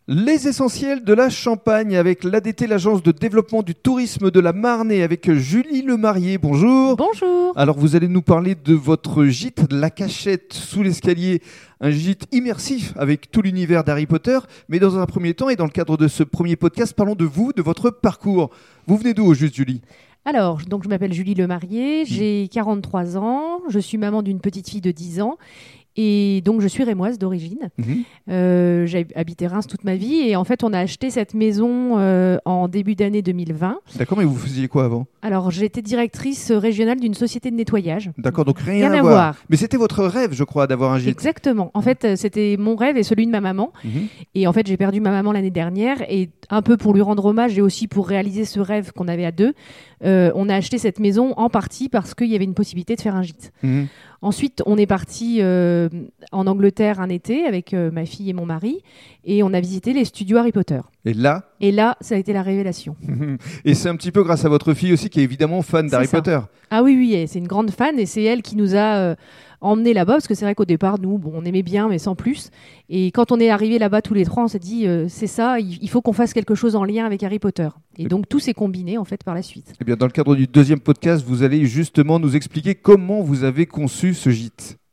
Les essentiels de la Champagne avec l'ADT, l'agence de développement du tourisme de la Marne, et avec Julie Lemarié. Bonjour. Bonjour. Alors vous allez nous parler de votre gîte, La Cachette sous l'escalier, un gîte immersif avec tout l'univers d'Harry Potter. Mais dans un premier temps et dans le cadre de ce premier podcast, parlons de vous, de votre parcours. Vous venez d'où au juste, Julie ? Alors, donc je m'appelle Julie Lemarié, j'ai 43 ans, je suis maman d'une petite fille de 10 ans. Et donc, je suis rémoise d'origine. J'ai habité Reims toute ma vie. Et en fait, on a acheté cette maison en début d'année 2020. D'accord, mais vous faisiez quoi avant ? Alors, j'étais directrice régionale d'une société de nettoyage. D'accord, donc rien à voir. Mais c'était votre rêve, je crois, d'avoir un gîte. Exactement. En fait, c'était mon rêve et celui de ma maman. Et en fait, j'ai perdu ma maman l'année dernière. Et un peu pour lui rendre hommage et aussi pour réaliser ce rêve qu'on avait à deux, on a acheté cette maison en partie parce qu'il y avait une possibilité de faire un gîte. Ensuite, on est parti en Angleterre un été avec ma fille et mon mari et on a visité les studios Harry Potter. Et là, ça a été la révélation. Et c'est un petit peu grâce à votre fille aussi qui est évidemment fan d'Harry Potter. Ah oui, c'est une grande fan et c'est elle qui nous a emmenés là-bas parce que c'est vrai qu'au départ, nous, on aimait bien mais sans plus. Et quand on est arrivés là-bas tous les trois, on s'est dit c'est ça, il faut qu'on fasse quelque chose en lien avec Harry Potter. Et donc tout s'est combiné en fait par la suite. Eh bien, dans le cadre du deuxième podcast, vous allez justement nous expliquer comment vous avez conçu ce gîte.